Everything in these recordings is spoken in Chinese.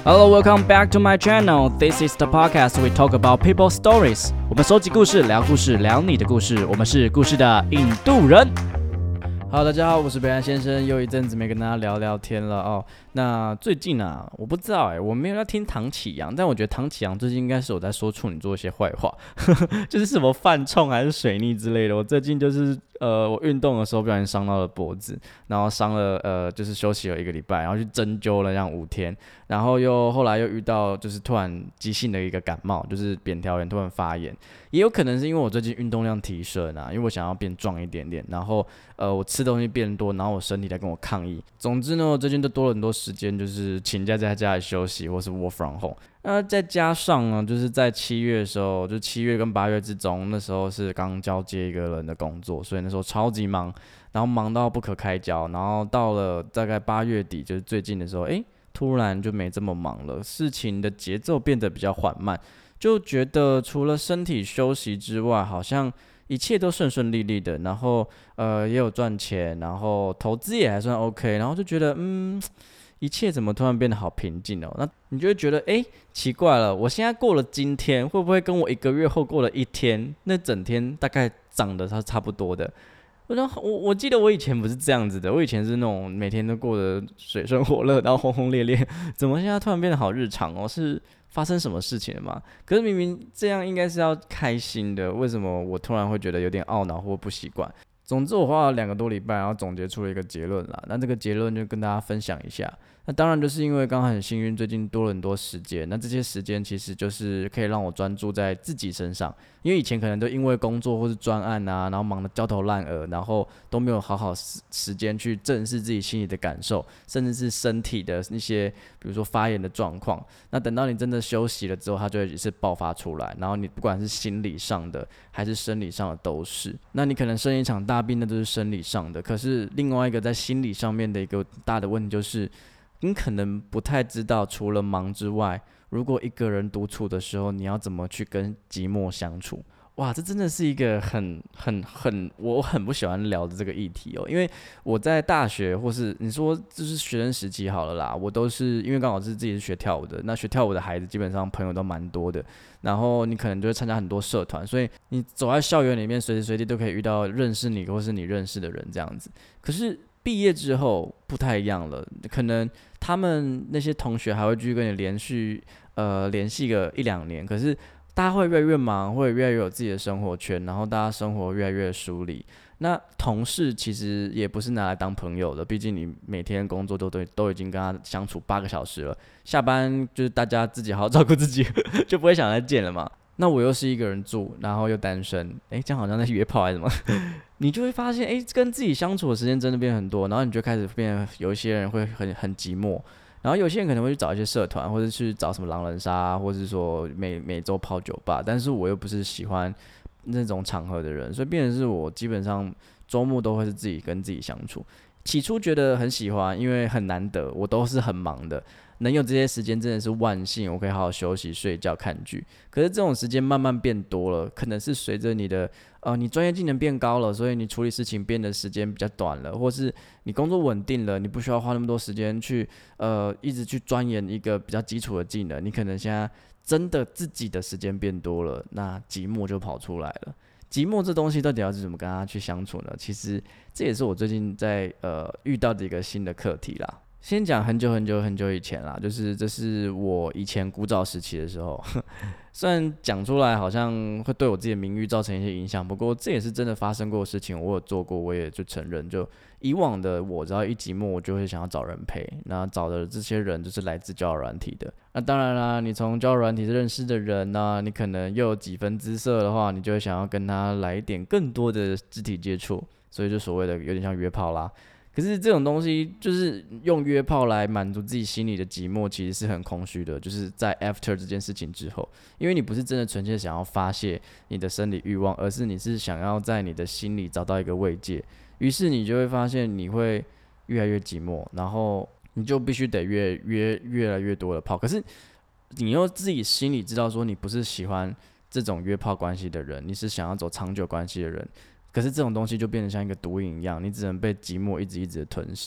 Hello, welcome back to my channel. This is the podcast we talk about people stories. 我们收集故事，聊故事，聊你的故事。我们是故事的印度人。Hello， 大家好，我是北岸先生，又一阵子没跟大家聊聊天了哦。那最近啊，我不知道我没有在听唐启阳，但我觉得唐启阳最近应该是有在说处女座一些坏话，就是什么犯冲还是水逆之类的。我最近就是我运动的时候不小心伤到了脖子，然后伤了就是休息了1个礼拜，然后去针灸了这样5天，然后后来又遇到就是突然急性的一个感冒，就是扁桃炎突然发炎，也有可能是因为我最近运动量提升啊，因为我想要变壮一点点，然后我吃东西变多，然后我身体在跟我抗议。总之呢，我最近就多了很多时间，就是请假在家里休息，或是 work from home。那再加上呢，就是在7月的时候，就7月跟8月之中，那时候是刚交接一个人的工作，所以那时候超级忙，然后忙到不可开交。然后到了大概8月底，就是最近的时候，突然就没这么忙了，事情的节奏变得比较缓慢，就觉得除了身体休息之外，好像一切都顺顺利利的，然后也有赚钱，然后投资也还算 OK， 然后就觉得一切怎么突然变得好平静哦？那你就会觉得奇怪了，我现在过了今天，会不会跟我1个月后过了一天，那整天大概长得差不多的？我记得我以前不是这样子的，我以前是那种每天都过得水深火热，然后轰轰烈烈，怎么现在突然变得好日常哦？是发生什么事情了吗？可是明明这样应该是要开心的，为什么我突然会觉得有点懊恼或不习惯？总之，我花了2个多礼拜，然后总结出了一个结论啦。那这个结论就跟大家分享一下。那当然就是因为刚好很幸运，最近多了很多时间。那这些时间其实就是可以让我专注在自己身上，因为以前可能都因为工作或是专案啊，然后忙得焦头烂额，然后都没有好好时间去正视自己心里的感受，甚至是身体的一些，比如说发炎的状况。那等到你真的休息了之后，它就会是爆发出来，然后你不管是心理上的还是生理上的都是。那你可能生一场大病，那都是生理上的，可是另外一个在心理上面的一个大的问题就是，你可能不太知道，除了忙之外，如果一个人独处的时候，你要怎么去跟寂寞相处？哇，这真的是一个我很不喜欢聊的这个议题哦，因为我在大学或是你说就是学生时期好了啦，我都是因为刚好是自己是学跳舞的，那学跳舞的孩子基本上朋友都蛮多的，然后你可能就会参加很多社团，所以你走在校园里面，随时随地都可以遇到认识你或是你认识的人这样子。可是毕业之后不太一样了，可能他们那些同学还会继续跟你联系个1-2年，可是大家会越来越忙，会越来越有自己的生活圈，然后大家生活越来越疏离。那同事其实也不是拿来当朋友的，毕竟你每天工作都已经跟他相处8个小时了，下班就是大家自己好好照顾自己，就不会想再见了嘛。那我又是一个人住，然后又单身，这样好像在约炮还是什么？你就会发现，跟自己相处的时间真的变很多，然后你就开始变，有一些人会很寂寞，然后有些人可能会去找一些社团，或者去找什么狼人杀，或者是说每周泡酒吧，但是我又不是喜欢那种场合的人，所以变成是我基本上周末都会是自己跟自己相处。起初觉得很喜欢，因为很难得，我都是很忙的，能有这些时间真的是万幸，我可以好好休息、睡觉、看剧。可是这种时间慢慢变多了，可能是随着你专业技能变高了，所以你处理事情变得时间比较短了，或是你工作稳定了，你不需要花那么多时间去一直去钻研一个比较基础的技能，你可能现在真的自己的时间变多了，那寂寞就跑出来了。寂寞这东西到底要怎么跟他去相处呢？其实这也是我最近在遇到的一个新的课题啦。先讲很久很久很久以前啦，就是这是我以前古早时期的时候，虽然讲出来好像会对我自己的名誉造成一些影响，不过这也是真的发生过的事情，我有做过，我也就承认。就以往的我，只要一寂寞，我就会想要找人陪，那找的这些人就是来自交友软体的。那当然啦，你从交友软体认识的人呢，你可能又有几分姿色的话，你就会想要跟他来一点更多的肢体接触，所以就所谓的有点像约炮啦。可是这种东西就是用约炮来满足自己心里的寂寞，其实是很空虚的。就是在 after 这件事情之后，因为你不是真的纯粹想要发泄你的生理欲望，而是你是想要在你的心里找到一个慰藉。于是你就会发现你会越来越寂寞，然后你就必须得越来越多的炮。可是你又自己心里知道说你不是喜欢这种约炮关系的人，你是想要走长久关系的人。可是这种东西就变得像一个毒瘾一样，你只能被寂寞一直的吞噬。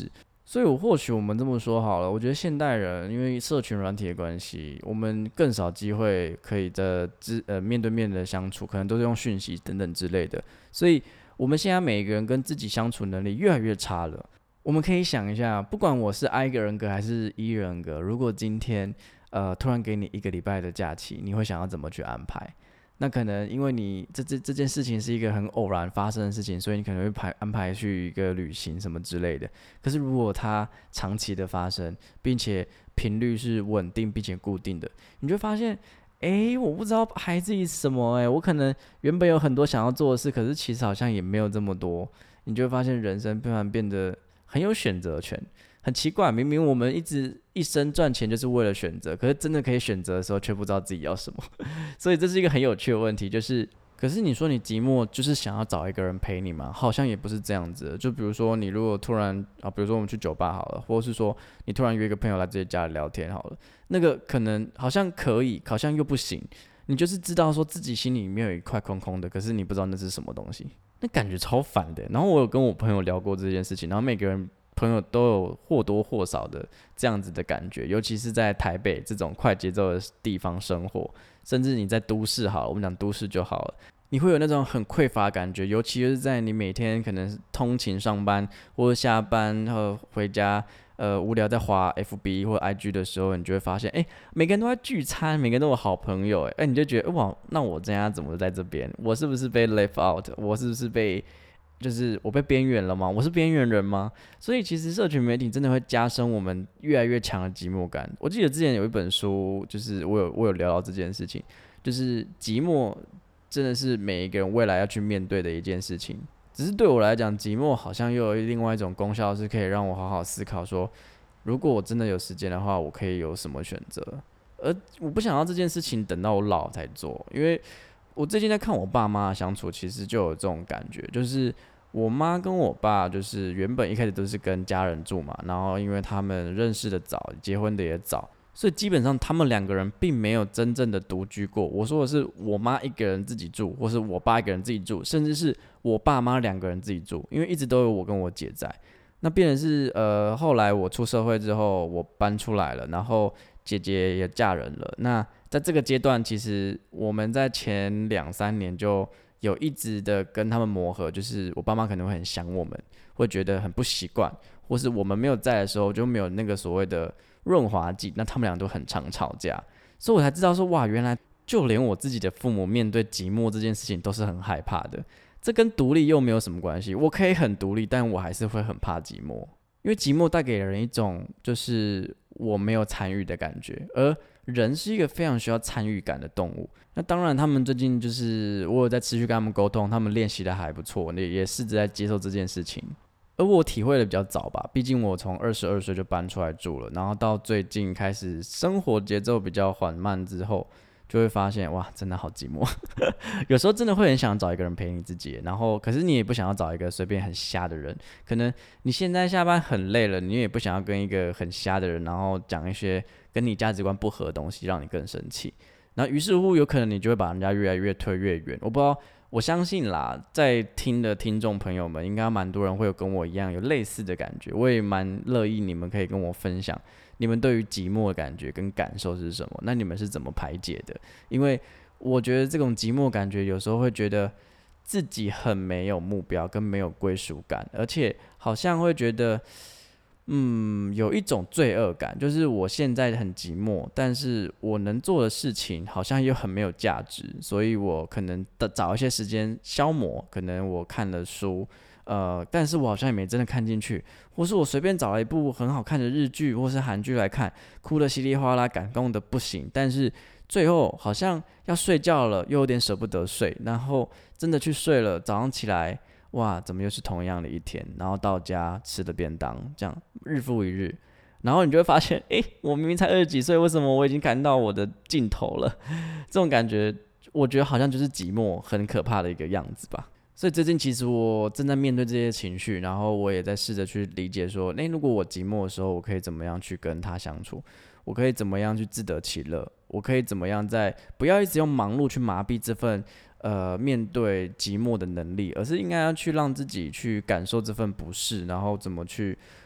所以或许我们这么说好了，我觉得现代人因为社群软体的关系，我们更少机会可以面对面的相处，可能都是用讯息等等之类的，所以我们现在每一个人跟自己相处能力越来越差了。我们可以想一下，不管我是 I 个人格还是 E 人格，如果今天突然给你1个礼拜的假期，你会想要怎么去安排？那可能因为你这件事情是一个很偶然发生的事情，所以你可能会安排去一个旅行什么之类的。可是如果它长期的发生，并且频率是稳定并且固定的，你就会发现，我不知道孩子意什么，我可能原本有很多想要做的事，可是其实好像也没有这么多。你就会发现人生突然变得很有选择权。很奇怪，明明我们一生赚钱就是为了选择，可是真的可以选择的时候，却不知道自己要什么。所以这是一个很有趣的问题，就是，可是你说你寂寞，就是想要找一个人陪你吗？好像也不是这样子的。就比如说你如果突然比如说我们去酒吧好了，或者是说你突然约一个朋友来自己家里聊天好了，那个可能好像可以，好像又不行。你就是知道说自己心里面有一块空空的，可是你不知道那是什么东西，那感觉超烦的。然后我有跟我朋友聊过这件事情，然后每个人朋友都有或多或少的这样子的感觉，尤其是在台北这种快节奏的地方生活，甚至你在都市好了，我们讲都市就好了，你会有那种很匮乏的感觉，尤其是在你每天可能通勤上班或者下班和回家，无聊在滑 FB 或 IG 的时候，你就会发现，每个人都在聚餐，每个人都有好朋友，你就觉得哇，那我这样怎么在这边？我是不是被 left out？我是不是就是我被边缘了吗？我是边缘人吗？所以其实社群媒体真的会加深我们越来越强的寂寞感。我记得之前有一本书，就是我有聊到这件事情，就是寂寞真的是每一个人未来要去面对的一件事情。只是对我来讲，寂寞好像又有另外一种功效，是可以让我好好思考说，如果我真的有时间的话，我可以有什么选择。而我不想要这件事情等到我老才做，因为我最近在看我爸妈的相处，其实就有这种感觉，就是我妈跟我爸就是原本一开始都是跟家人住嘛，然后因为他们认识的早，结婚的也早，所以基本上他们2个人并没有真正的独居过。我说的是我妈一个人自己住，或是我爸一个人自己住，甚至是我爸妈2个人自己住，因为一直都有我跟我姐在。那变成是后来我出社会之后，我搬出来了，然后姐姐也嫁人了。那在这个阶段，其实我们在前2、3年就有一直的跟他们磨合，就是我爸妈可能会很想我们，会觉得很不习惯，或是我们没有在的时候就没有那个所谓的润滑剂，那他们俩都很常吵架，所以我才知道说哇，原来就连我自己的父母面对寂寞这件事情都是很害怕的。这跟独立又没有什么关系，我可以很独立，但我还是会很怕寂寞，因为寂寞带给人一种就是我没有参与的感觉，而人是一个非常需要参与感的动物。那当然，他们最近就是我有在持续跟他们沟通，他们练习的还不错，也试着在接受这件事情。而我体会的比较早吧，毕竟我从22岁就搬出来住了，然后到最近开始生活节奏比较缓慢之后，就会发现哇，真的好寂寞。有时候真的会很想找一个人陪你自己，然后可是你也不想要找一个随便很瞎的人。可能你现在下班很累了，你也不想要跟一个很瞎的人，然后讲一些跟你价值观不合的东西，让你更生气。然后于是乎，有可能你就会把人家越来越推越远。我不知道。我相信啦，在听的听众朋友们，应该蛮多人会有跟我一样有类似的感觉。我也蛮乐意你们可以跟我分享你们对于寂寞的感觉跟感受是什么，那你们是怎么排解的？因为我觉得这种寂寞感觉有时候会觉得自己很没有目标跟没有归属感，而且好像会觉得有一种罪恶感，就是我现在很寂寞，但是我能做的事情好像又很没有价值，所以我可能找一些时间消磨，可能我看了书，但是我好像也没真的看进去，或是我随便找了一部很好看的日剧或是韩剧来看，哭得稀里哗啦，感动得不行，但是最后好像要睡觉了，又有点舍不得睡，然后真的去睡了，早上起来。哇，怎么又是同样的一天？然后到家吃的便当，这样日复一日，然后你就会发现，我明明才20几岁，为什么我已经感到我的尽头了？这种感觉，我觉得好像就是寂寞很可怕的一个样子吧。所以最近其实我正在面对这些情绪，然后我也在试着去理解说，如果我寂寞的时候，我可以怎么样去跟他相处？我可以怎么样去自得其乐？我可以怎么样在不要一直用忙碌去麻痹这份面对寂寞的能力，而是应该要去让自己去感受这份不适，然后怎么去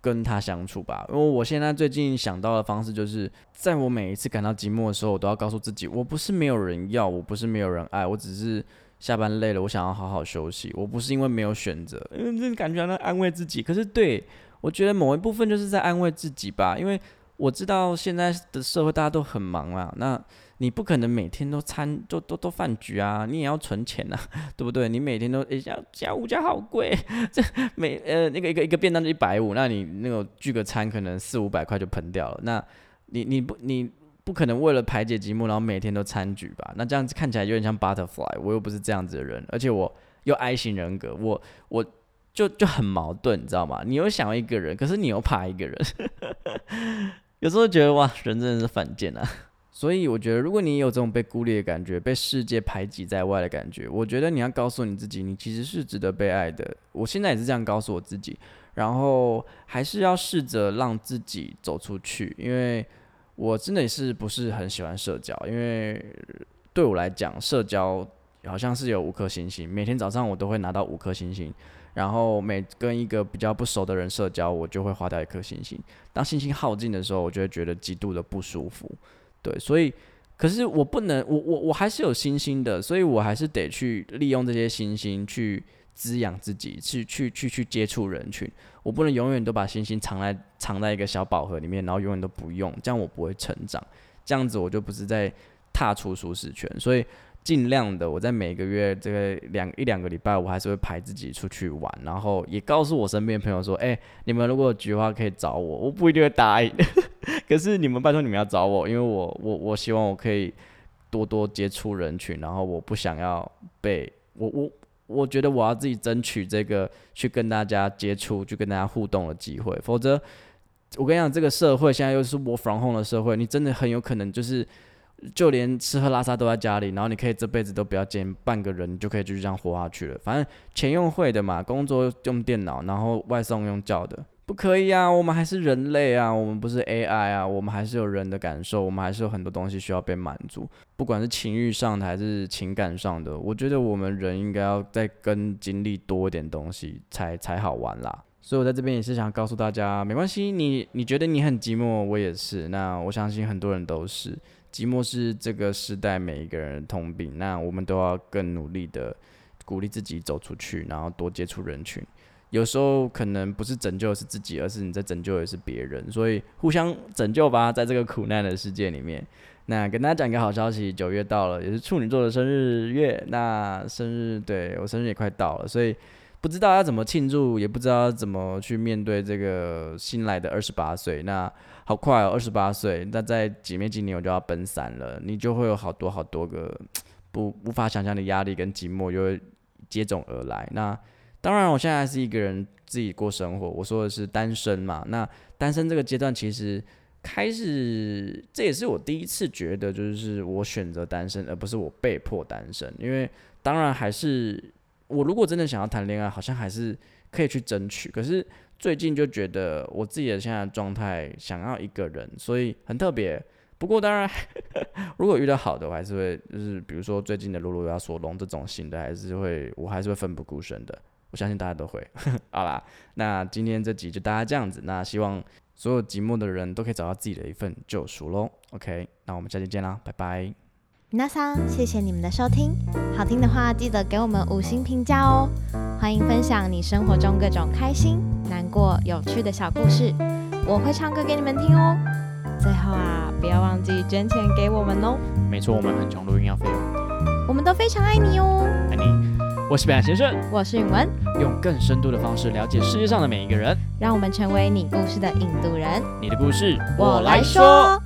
跟他相处吧。因为我现在最近想到的方式就是，在我每一次感到寂寞的时候，我都要告诉自己，我不是没有人要，我不是没有人爱，我只是下班累了，我想要好好休息。我不是因为没有选择，因为这感觉在安慰自己。可是对我觉得某一部分就是在安慰自己吧，因为我知道现在的社会大家都很忙啦，那你不可能每天都都饭局啊，你也要存钱啊，对不对？你每天都加物价好贵，这那个一个便当就150，那你那个聚个餐可能400-500块就喷掉了。那你不可能为了排解寂寞，然后每天都餐局吧？那这样子看起来有点像 butterfly， 我又不是这样子的人，而且我又 I 型人格，我就很矛盾，你知道吗？你又想要一个人，可是你又怕一个人，有时候觉得哇，人真的是犯贱啊。所以我觉得，如果你有这种被孤立的感觉，被世界排挤在外的感觉，我觉得你要告诉你自己，你其实是值得被爱的。我现在也是这样告诉我自己，然后还是要试着让自己走出去，因为我真的也是不是很喜欢社交，因为对我来讲，社交好像是有5颗星星，每天早上我都会拿到5颗星星，然后每跟一个比较不熟的人社交，我就会花掉1颗星星。当星星耗尽的时候，我就会觉得极度的不舒服。对，所以可是我不能，我还是有星星的，所以我还是得去利用这些星星去滋养自己，去接触人群。我不能永远都把星星藏在一个小宝盒里面，然后永远都不用，这样我不会成长，这样子我就不是在踏出舒适圈。所以尽量的，我在每个月这个一两个礼拜，我还是会排自己出去玩，然后也告诉我身边的朋友说，你们如果有局的话可以找我，我不一定会答应，可是你们拜托你们要找我，因为我希望我可以多多接触人群，然后我不想要被我觉得我要自己争取这个去跟大家接触、去跟大家互动的机会，否则我跟你讲，这个社会现在又是work from home的社会，你真的很有可能就连吃喝拉撒都在家里，然后你可以这辈子都不要见半个人，你就可以继续这样活下去了。反正钱用会的嘛，工作用电脑，然后外送用叫的，不可以啊！我们还是人类啊，我们不是 AI 啊，我们还是有人的感受，我们还是有很多东西需要被满足，不管是情欲上的还是情感上的，我觉得我们人应该要再跟经历多一点东西才好玩啦。所以我在这边也是想告诉大家，没关系，你觉得你很寂寞，我也是，那我相信很多人都是。寂寞是这个时代每一个人的通病，那我们都要更努力的鼓励自己走出去，然后多接触人群。有时候可能不是拯救的是自己，而是你在拯救的是别人，所以互相拯救吧，在这个苦难的世界里面。那跟大家讲一个好消息，9月到了，也是处女座的生日月。那对，我生日也快到了，所以不知道要怎么庆祝，也不知道要怎么去面对这个新来的28岁。那好快哦，28岁，那在几年我就要奔3了，你就会有好多个无法想象的压力跟寂寞就会接踵而来。那当然，我现在还是一个人自己过生活，我说的是单身嘛。那单身这个阶段其实开始，这也是我第一次觉得，就是我选择单身，而不是我被迫单身。因为当然还是我如果真的想要谈恋爱，好像还是可以去争取。可是最近就觉得我自己的现在的状态想要一个人，所以很特别。不过当然，如果遇到好的，我还是会就是比如说最近的露露亚索隆这种型的，我还是会奋不顾身的。我相信大家都会。好啦，那今天这集就大家这样子。那希望所有寂寞的人都可以找到自己的一份救赎咯。OK， 那我们下期见啦，拜拜。 皆さん，谢谢你们的收听。好听的话，记得给我们5星评价哦。欢迎分享你生活中各种开心、难过、有趣的小故事，我会唱歌给你们听哦。最后啊，不要忘记捐钱给我们哦。 没错，我们很穷，录音要费用。 我们都非常爱你哦。 爱你。我是北岸先生， 我是允文， 用更深度的方式了解世界上的每一个人， 让我们成为你故事的引渡人。 你的故事， 我来说。